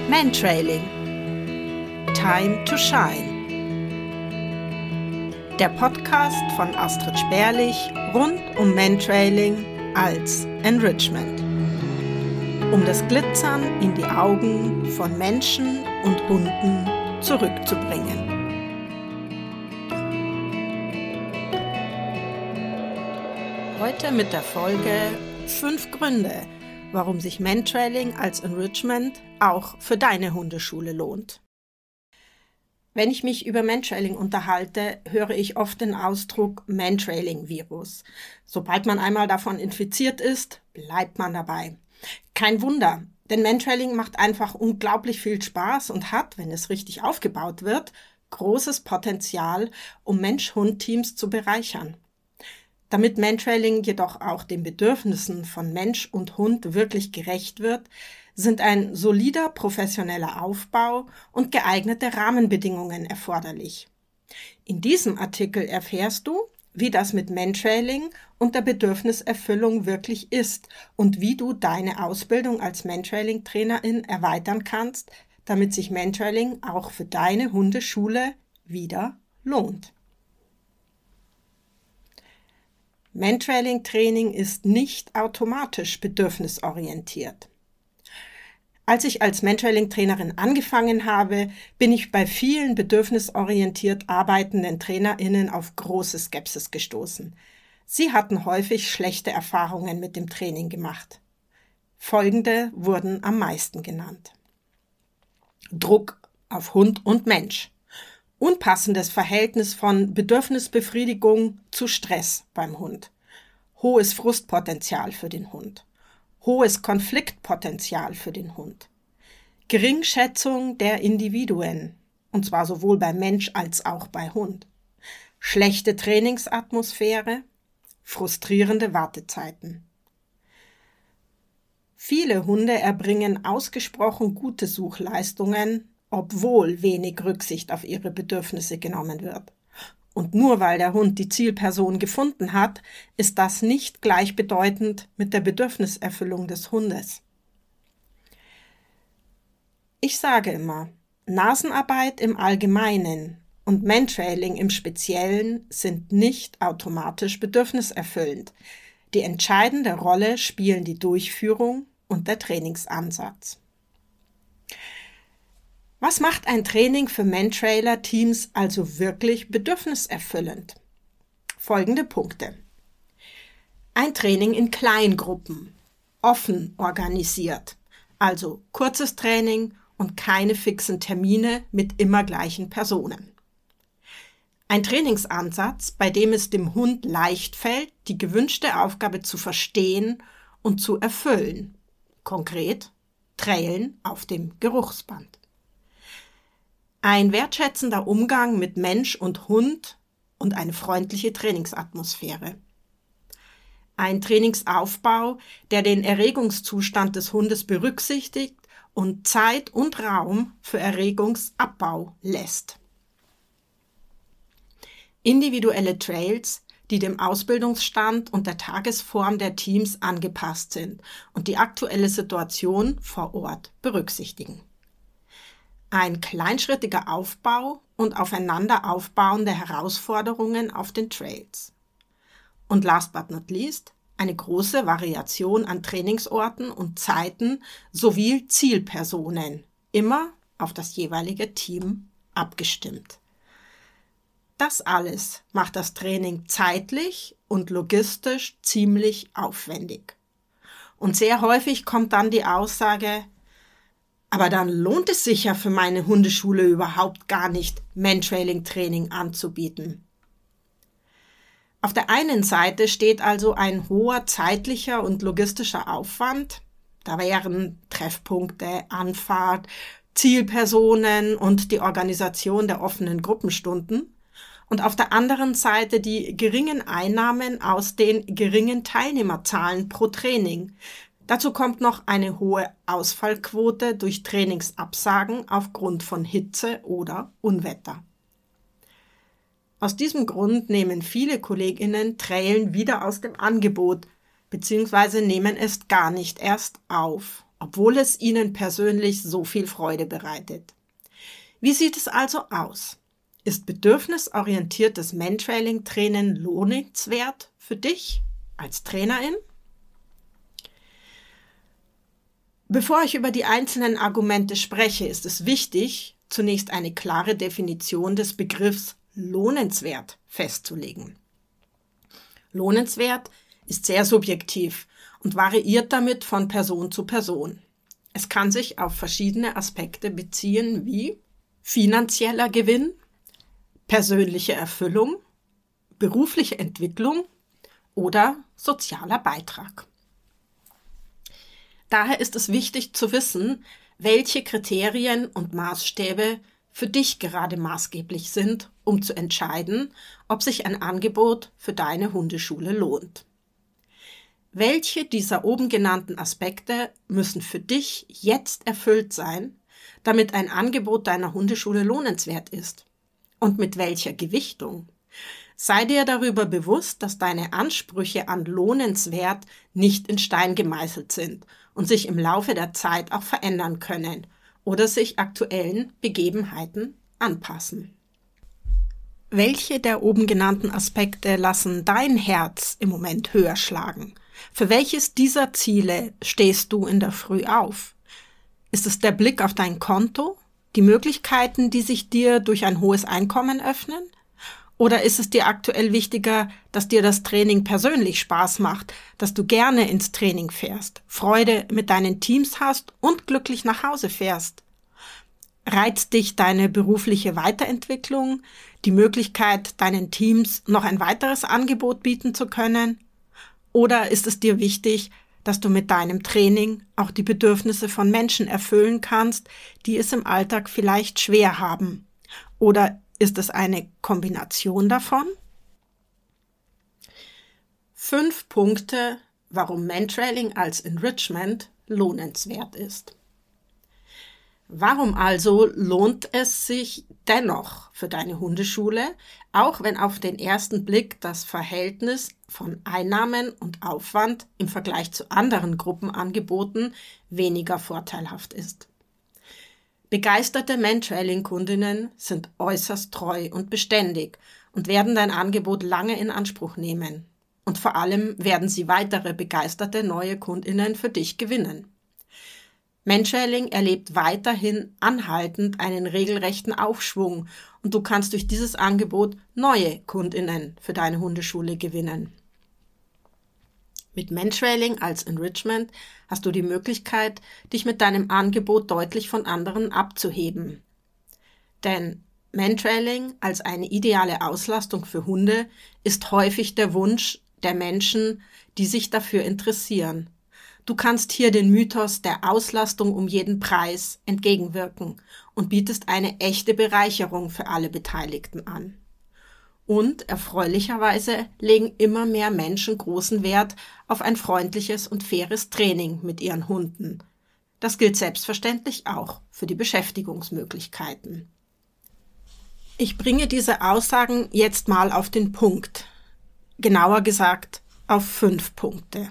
Mantrailing. Time to Shine. Der Podcast von Astrid Sperlich rund um Mantrailing als Enrichment. Um das Glitzern in die Augen von Menschen und Hunden zurückzubringen. Heute mit der Folge 5 Gründe, warum sich Mantrailing als Enrichment auch für deine Hundeschule lohnt. Wenn ich mich über Mantrailing unterhalte, höre ich oft den Ausdruck Mantrailing-Virus. Sobald man einmal davon infiziert ist, bleibt man dabei. Kein Wunder, denn Mantrailing macht einfach unglaublich viel Spaß und hat, wenn es richtig aufgebaut wird, großes Potenzial, um Mensch-Hund-Teams zu bereichern. Damit Mantrailing jedoch auch den Bedürfnissen von Mensch und Hund wirklich gerecht wird, sind ein solider professioneller Aufbau und geeignete Rahmenbedingungen erforderlich. In diesem Artikel erfährst du, wie das mit Mantrailing und der Bedürfniserfüllung wirklich ist und wie du deine Ausbildung als Mantrailing-Trainerin erweitern kannst, damit sich Mantrailing auch für deine Hundeschule wieder lohnt. Mantrailing-Training ist nicht automatisch bedürfnisorientiert. Als ich als Mantrailing-Trainerin angefangen habe, bin ich bei vielen bedürfnisorientiert arbeitenden TrainerInnen auf große Skepsis gestoßen. Sie hatten häufig schlechte Erfahrungen mit dem Training gemacht. Folgende wurden am meisten genannt: Druck auf Hund und Mensch. Unpassendes Verhältnis von Bedürfnisbefriedigung zu Stress beim Hund. Hohes Frustpotenzial für den Hund. Hohes Konfliktpotenzial für den Hund. Geringschätzung der Individuen, und zwar sowohl bei Mensch als auch bei Hund. Schlechte Trainingsatmosphäre. Frustrierende Wartezeiten. Viele Hunde erbringen ausgesprochen gute Suchleistungen, obwohl wenig Rücksicht auf ihre Bedürfnisse genommen wird. Und nur weil der Hund die Zielperson gefunden hat, ist das nicht gleichbedeutend mit der Bedürfniserfüllung des Hundes. Ich sage immer, Nasenarbeit im Allgemeinen und Mantrailing im Speziellen sind nicht automatisch bedürfniserfüllend. Die entscheidende Rolle spielen die Durchführung und der Trainingsansatz. Was macht ein Training für Mantrailer-Teams also wirklich bedürfniserfüllend? Folgende Punkte. Ein Training in Kleingruppen, offen organisiert, also kurzes Training und keine fixen Termine mit immer gleichen Personen. Ein Trainingsansatz, bei dem es dem Hund leicht fällt, die gewünschte Aufgabe zu verstehen und zu erfüllen. Konkret, Trailen auf dem Geruchsband. Ein wertschätzender Umgang mit Mensch und Hund und eine freundliche Trainingsatmosphäre. Ein Trainingsaufbau, der den Erregungszustand des Hundes berücksichtigt und Zeit und Raum für Erregungsabbau lässt. Individuelle Trails, die dem Ausbildungsstand und der Tagesform der Teams angepasst sind und die aktuelle Situation vor Ort berücksichtigen. Ein kleinschrittiger Aufbau und aufeinander aufbauende Herausforderungen auf den Trails. Und last but not least, eine große Variation an Trainingsorten und Zeiten sowie Zielpersonen, immer auf das jeweilige Team abgestimmt. Das alles macht das Training zeitlich und logistisch ziemlich aufwendig. Und sehr häufig kommt dann die Aussage: Aber dann lohnt es sich ja für meine Hundeschule überhaupt gar nicht, Mantrailing-Training anzubieten. Auf der einen Seite steht also ein hoher zeitlicher und logistischer Aufwand. Da wären Treffpunkte, Anfahrt, Zielpersonen und die Organisation der offenen Gruppenstunden. Und auf der anderen Seite die geringen Einnahmen aus den geringen Teilnehmerzahlen pro Training. Dazu kommt noch eine hohe Ausfallquote durch Trainingsabsagen aufgrund von Hitze oder Unwetter. Aus diesem Grund nehmen viele KollegInnen Trailen wieder aus dem Angebot bzw. nehmen es gar nicht erst auf obwohl es ihnen persönlich so viel Freude bereitet. Wie sieht es also aus? Ist bedürfnisorientiertes Mentrailing-Training lohnenswert für dich als Trainerin? Bevor ich über die einzelnen Argumente spreche, ist es wichtig, zunächst eine klare Definition des Begriffs lohnenswert festzulegen. Lohnenswert ist sehr subjektiv und variiert damit von Person zu Person. Es kann sich auf verschiedene Aspekte beziehen wie finanzieller Gewinn, persönliche Erfüllung, berufliche Entwicklung oder sozialer Beitrag. Daher ist es wichtig zu wissen, welche Kriterien und Maßstäbe für dich gerade maßgeblich sind, um zu entscheiden, ob sich ein Angebot für deine Hundeschule lohnt. Welche dieser oben genannten Aspekte müssen für dich jetzt erfüllt sein, damit ein Angebot deiner Hundeschule lohnenswert ist? Und mit welcher Gewichtung? Sei dir darüber bewusst, dass deine Ansprüche an lohnenswert nicht in Stein gemeißelt sind und sich im Laufe der Zeit auch verändern können oder sich aktuellen Begebenheiten anpassen. Welche der oben genannten Aspekte lassen dein Herz im Moment höher schlagen? Für welches dieser Ziele stehst du in der Früh auf? Ist es der Blick auf dein Konto, die Möglichkeiten, die sich dir durch ein hohes Einkommen öffnen? Oder ist es dir aktuell wichtiger, dass dir das Training persönlich Spaß macht, dass du gerne ins Training fährst, Freude mit deinen Teams hast und glücklich nach Hause fährst? Reizt dich deine berufliche Weiterentwicklung, die Möglichkeit, deinen Teams noch ein weiteres Angebot bieten zu können? Oder ist es dir wichtig, dass du mit deinem Training auch die Bedürfnisse von Menschen erfüllen kannst, die es im Alltag vielleicht schwer haben? Oder ist es eine Kombination davon? 5 Punkte, warum Mentrailing als Enrichment lohnenswert ist. Warum also lohnt es sich dennoch für deine Hundeschule, auch wenn auf den ersten Blick das Verhältnis von Einnahmen und Aufwand im Vergleich zu anderen Gruppenangeboten weniger vorteilhaft ist? Begeisterte Mentrailing-Kundinnen sind äußerst treu und beständig und werden dein Angebot lange in Anspruch nehmen. Und vor allem werden sie weitere begeisterte neue Kundinnen für dich gewinnen. Mentrailing erlebt weiterhin anhaltend einen regelrechten Aufschwung und du kannst durch dieses Angebot neue Kundinnen für deine Hundeschule gewinnen. Mit Mentrailing als Enrichment hast du die Möglichkeit, dich mit deinem Angebot deutlich von anderen abzuheben. Denn Mentrailing als eine ideale Auslastung für Hunde ist häufig der Wunsch der Menschen, die sich dafür interessieren. Du kannst hier den Mythos der Auslastung um jeden Preis entgegenwirken und bietest eine echte Bereicherung für alle Beteiligten an. Und erfreulicherweise legen immer mehr Menschen großen Wert auf ein freundliches und faires Training mit ihren Hunden. Das gilt selbstverständlich auch für die Beschäftigungsmöglichkeiten. Ich bringe diese Aussagen jetzt mal auf den Punkt. Genauer gesagt auf 5 Punkte.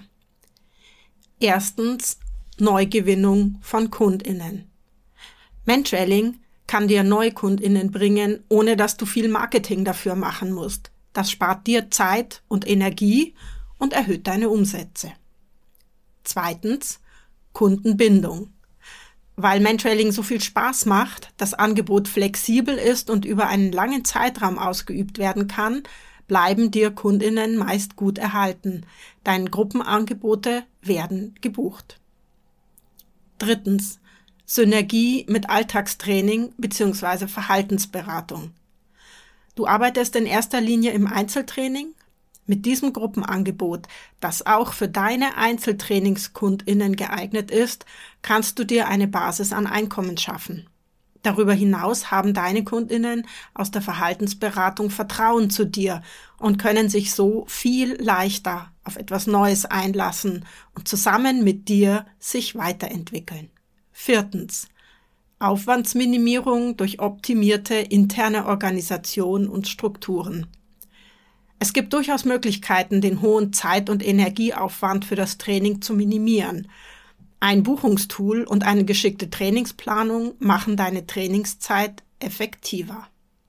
Erstens, Neugewinnung von KundInnen. Mentrailing kann dir NeukundInnen bringen, ohne dass du viel Marketing dafür machen musst. Das spart dir Zeit und Energie und erhöht deine Umsätze. Zweitens, Kundenbindung. Weil Mentrailing so viel Spaß macht, das Angebot flexibel ist und über einen langen Zeitraum ausgeübt werden kann, bleiben dir KundInnen meist gut erhalten. Deine Gruppenangebote werden gebucht. Drittens, Synergie mit Alltagstraining bzw. Verhaltensberatung. Du arbeitest in erster Linie im Einzeltraining? Mit diesem Gruppenangebot, das auch für deine EinzeltrainingskundInnen geeignet ist, kannst du dir eine Basis an Einkommen schaffen. Darüber hinaus haben deine KundInnen aus der Verhaltensberatung Vertrauen zu dir und können sich so viel leichter auf etwas Neues einlassen und zusammen mit dir sich weiterentwickeln. Viertens, Aufwandsminimierung durch optimierte interne Organisation und Strukturen. Es gibt durchaus Möglichkeiten, den hohen Zeit- und Energieaufwand für das Training zu minimieren. Ein Buchungstool und eine geschickte Trainingsplanung machen deine Trainingszeit effektiver.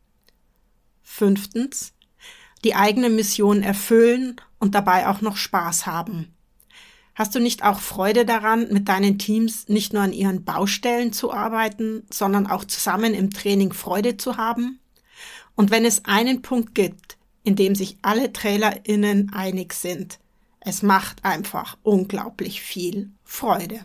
5. Die eigene Mission erfüllen und dabei auch noch Spaß haben. Hast du nicht auch Freude daran, mit deinen Teams nicht nur an ihren Baustellen zu arbeiten, sondern auch zusammen im Training Freude zu haben? Und wenn es einen Punkt gibt, in dem sich alle TrainerInnen einig sind, es macht einfach unglaublich viel Freude.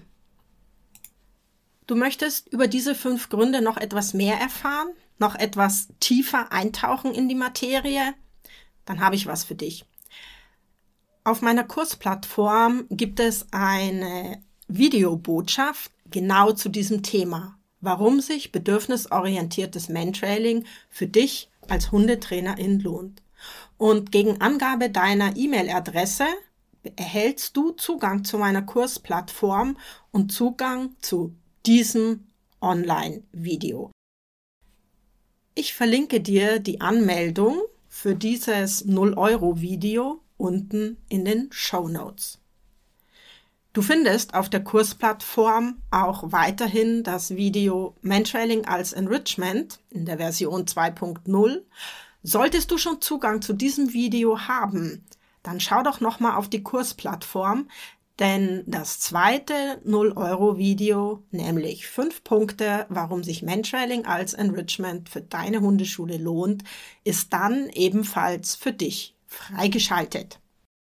Du möchtest über diese 5 Gründe noch etwas mehr erfahren, noch etwas tiefer eintauchen in die Materie? Dann habe ich was für dich. Auf meiner Kursplattform gibt es eine Videobotschaft genau zu diesem Thema, warum sich bedürfnisorientiertes Mentrailing für dich als Hundetrainerin lohnt. Und gegen Angabe deiner E-Mail-Adresse erhältst du Zugang zu meiner Kursplattform und Zugang zu diesem Online-Video. Ich verlinke dir die Anmeldung für dieses 0-Euro-Video unten in den Shownotes. Du findest auf der Kursplattform auch weiterhin das Video Mentrailing als Enrichment in der Version 2.0. Solltest du schon Zugang zu diesem Video haben, dann schau doch nochmal auf die Kursplattform, denn das zweite 0-Euro-Video, nämlich 5 Punkte, warum sich Mentrailing als Enrichment für deine Hundeschule lohnt, ist dann ebenfalls für dich freigeschaltet.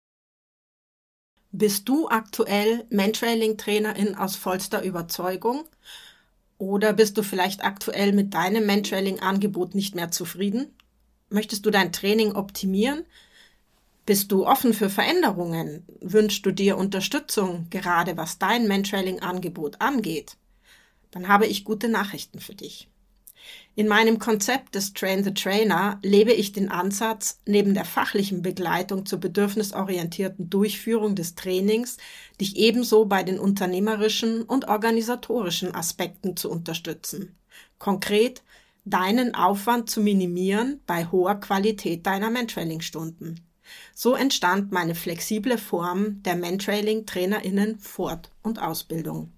Bist du aktuell Mentrailing-Trainerin aus vollster Überzeugung? Oder bist du vielleicht aktuell mit deinem Mentrailing-Angebot nicht mehr zufrieden? Möchtest du dein Training optimieren? Bist du offen für Veränderungen? Wünschst du dir Unterstützung, gerade was dein Mentrailing-Angebot angeht? Dann habe ich gute Nachrichten für dich. In meinem Konzept des Train the Trainer lebe ich den Ansatz, neben der fachlichen Begleitung zur bedürfnisorientierten Durchführung des Trainings, dich ebenso bei den unternehmerischen und organisatorischen Aspekten zu unterstützen. Konkret, deinen Aufwand zu minimieren bei hoher Qualität deiner Mentrailing-Stunden. So entstand meine flexible Form der Mentrailing-TrainerInnen Fort- und Ausbildung.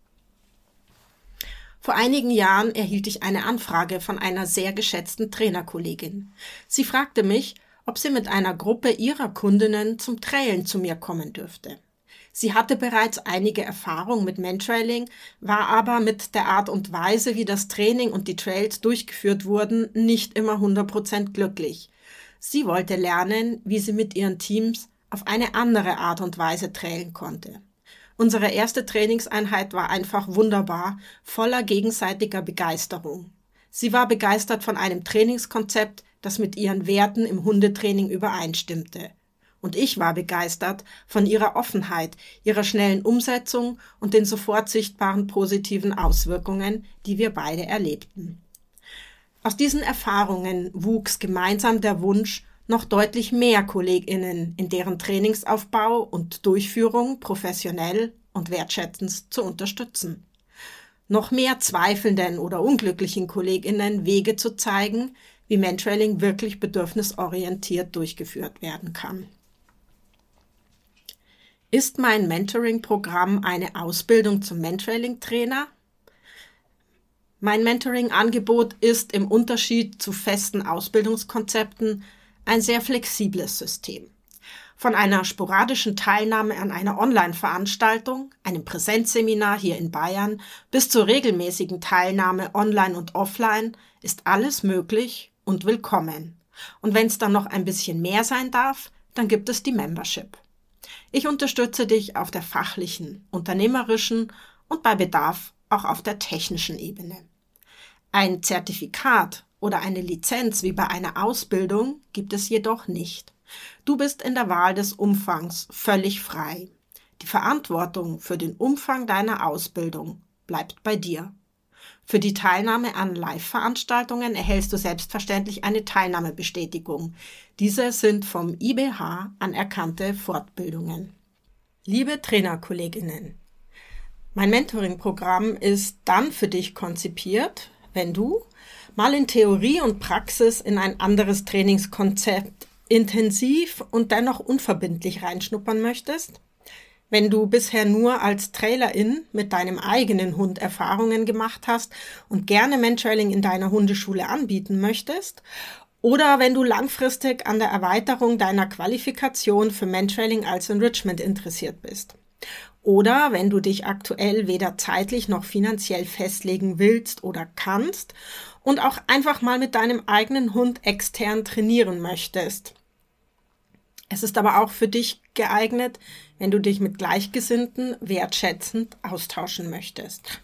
Vor einigen Jahren erhielt ich eine Anfrage von einer sehr geschätzten Trainerkollegin. Sie fragte mich, ob sie mit einer Gruppe ihrer Kundinnen zum Trailen zu mir kommen dürfte. Sie hatte bereits einige Erfahrung mit Mentrailing, war aber mit der Art und Weise, wie das Training und die Trails durchgeführt wurden, nicht immer 100% glücklich. Sie wollte lernen, wie sie mit ihren Teams auf eine andere Art und Weise trailen konnte. Unsere erste Trainingseinheit war einfach wunderbar, voller gegenseitiger Begeisterung. Sie war begeistert von einem Trainingskonzept, das mit ihren Werten im Hundetraining übereinstimmte. Und ich war begeistert von ihrer Offenheit, ihrer schnellen Umsetzung und den sofort sichtbaren positiven Auswirkungen, die wir beide erlebten. Aus diesen Erfahrungen wuchs gemeinsam der Wunsch, noch deutlich mehr KollegInnen in deren Trainingsaufbau und Durchführung professionell und wertschätzend zu unterstützen. Noch mehr zweifelnden oder unglücklichen KollegInnen Wege zu zeigen, wie Mentrailing wirklich bedürfnisorientiert durchgeführt werden kann. Ist mein Mentoring-Programm eine Ausbildung zum Mentrailing-Trainer? Mein Mentoring-Angebot ist im Unterschied zu festen Ausbildungskonzepten ein sehr flexibles System. Von einer sporadischen Teilnahme an einer Online-Veranstaltung, einem Präsenzseminar hier in Bayern, bis zur regelmäßigen Teilnahme online und offline ist alles möglich und willkommen. Und wenn es dann noch ein bisschen mehr sein darf, dann gibt es die Membership. Ich unterstütze dich auf der fachlichen, unternehmerischen und bei Bedarf auch auf der technischen Ebene. Ein Zertifikat oder eine Lizenz wie bei einer Ausbildung gibt es jedoch nicht. Du bist in der Wahl des Umfangs völlig frei. Die Verantwortung für den Umfang deiner Ausbildung bleibt bei dir. Für die Teilnahme an Live-Veranstaltungen erhältst du selbstverständlich eine Teilnahmebestätigung. Diese sind vom IBH anerkannte Fortbildungen. Liebe Trainerkolleginnen, mein Mentoring-Programm ist dann für dich konzipiert, wenn du mal in Theorie und Praxis in ein anderes Trainingskonzept intensiv und dennoch unverbindlich reinschnuppern möchtest, Wenn du bisher nur als Trailerin mit deinem eigenen Hund Erfahrungen gemacht hast und gerne Mentrailing in deiner Hundeschule anbieten möchtest, oder wenn du langfristig an der Erweiterung deiner Qualifikation für Mentrailing als Enrichment interessiert bist. Oder wenn du dich aktuell weder zeitlich noch finanziell festlegen willst oder kannst und auch einfach mal mit deinem eigenen Hund extern trainieren möchtest. Es ist aber auch für dich geeignet, wenn du dich mit Gleichgesinnten wertschätzend austauschen möchtest.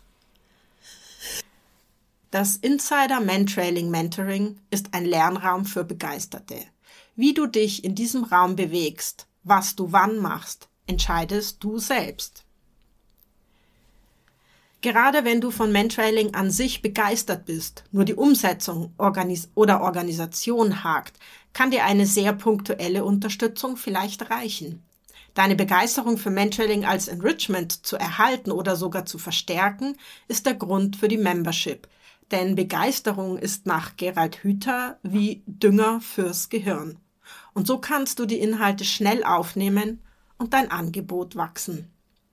Das Insider Mentrailing Mentoring ist ein Lernraum für Begeisterte. Wie du dich in diesem Raum bewegst, was du wann machst, entscheidest du selbst. Gerade wenn du von Mentrailing an sich begeistert bist, nur die Umsetzung oder Organisation hakt, kann dir eine sehr punktuelle Unterstützung vielleicht reichen. Deine Begeisterung für Mentrailing als Enrichment zu erhalten oder sogar zu verstärken, ist der Grund für die Membership. Denn Begeisterung ist nach Gerald Hüther wie Dünger fürs Gehirn. Und so kannst du die Inhalte schnell aufnehmen und dein Angebot wachsen.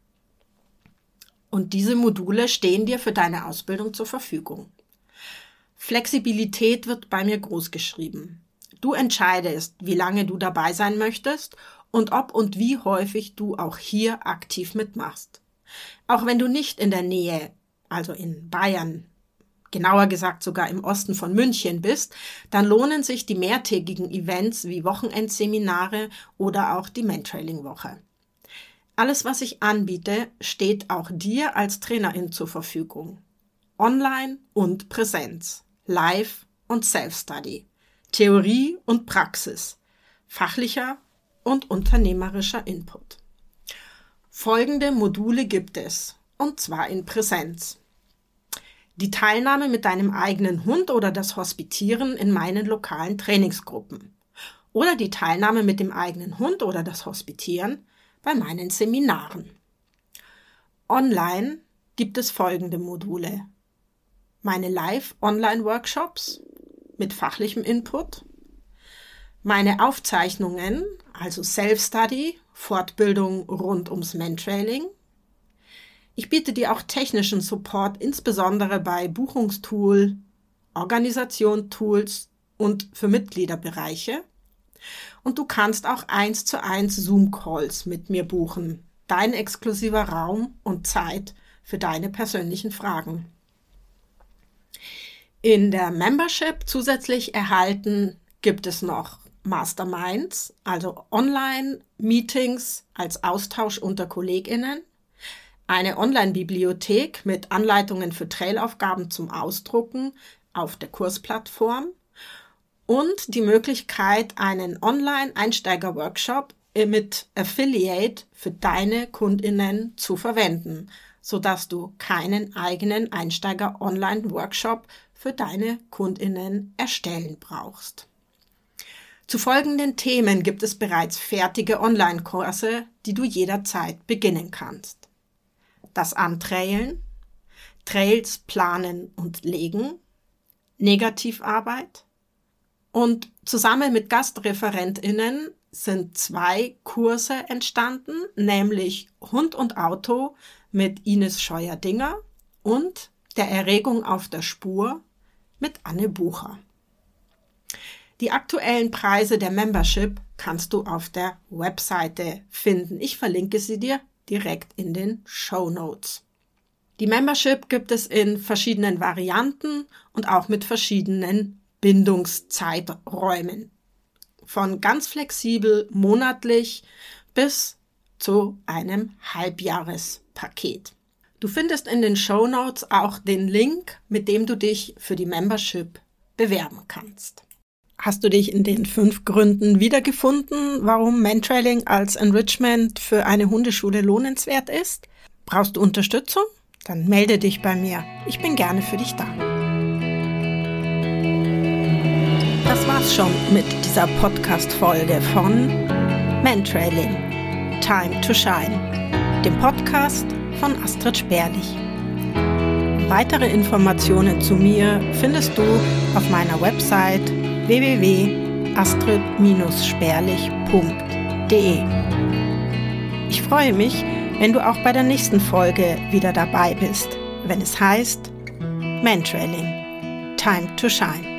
Und diese Module stehen dir für deine Ausbildung zur Verfügung. Flexibilität wird bei mir groß geschrieben. Du entscheidest, wie lange du dabei sein möchtest und ob und wie häufig du auch hier aktiv mitmachst. Auch wenn du nicht in der Nähe, also in Bayern, genauer gesagt sogar im Osten von München bist, dann lohnen sich die mehrtägigen Events wie Wochenendseminare oder auch die Mentrailing-Woche. Alles, was ich anbiete, steht auch dir als Trainerin zur Verfügung. Online und Präsenz, Live und Self-Study, Theorie und Praxis, fachlicher und unternehmerischer Input. Folgende Module gibt es, und zwar in Präsenz. Die Teilnahme mit deinem eigenen Hund oder das Hospitieren in meinen lokalen Trainingsgruppen. Oder die Teilnahme mit dem eigenen Hund oder das Hospitieren bei meinen Seminaren. Online gibt es folgende Module. Meine Live-Online-Workshops mit fachlichem Input, meine Aufzeichnungen, also Self-Study, Fortbildung rund ums Mentrailing. Ich biete dir auch technischen Support, insbesondere bei Buchungstool, Organisationstools und für Mitgliederbereiche. Und du kannst auch 1:1 Zoom-Calls mit mir buchen. Dein exklusiver Raum und Zeit für deine persönlichen Fragen. In der Membership zusätzlich erhalten gibt es noch Masterminds, also Online-Meetings als Austausch unter KollegInnen, eine Online-Bibliothek mit Anleitungen für Trailaufgaben zum Ausdrucken auf der Kursplattform und die Möglichkeit, einen Online-Einsteiger-Workshop mit Affiliate für deine KundInnen zu verwenden, sodass du keinen eigenen Einsteiger-Online-Workshop für deine KundInnen erstellen brauchst. Zu folgenden Themen gibt es bereits fertige Online-Kurse, die du jederzeit beginnen kannst. Das Antrailen, Trails planen und legen, Negativarbeit und zusammen mit GastreferentInnen sind 2 Kurse entstanden, nämlich Hund und Auto mit Ines Scheuer-Dinger und der Erregung auf der Spur mit Anne Bucher. Die aktuellen Preise der Membership kannst du auf der Webseite finden. Ich verlinke sie dir direkt in den Shownotes. Die Membership gibt es in verschiedenen Varianten und auch mit verschiedenen Bindungszeiträumen. Von ganz flexibel monatlich bis zu einem Halbjahrespaket. Du findest in den Shownotes auch den Link, mit dem du dich für die Membership bewerben kannst. Hast du dich in den 5 Gründen wiedergefunden, warum Mentrailing als Enrichment für eine Hundeschule lohnenswert ist? Brauchst du Unterstützung? Dann melde dich bei mir. Ich bin gerne für dich da. Das war's schon mit dieser Podcast-Folge von Mentrailing, Time to Shine, dem Podcast von Astrid Sperlich. Weitere Informationen zu mir findest du auf meiner Website www.astrid-sperlich.de. Ich freue mich, wenn du auch bei der nächsten Folge wieder dabei bist, wenn es heißt Mantrailing. Time to Shine.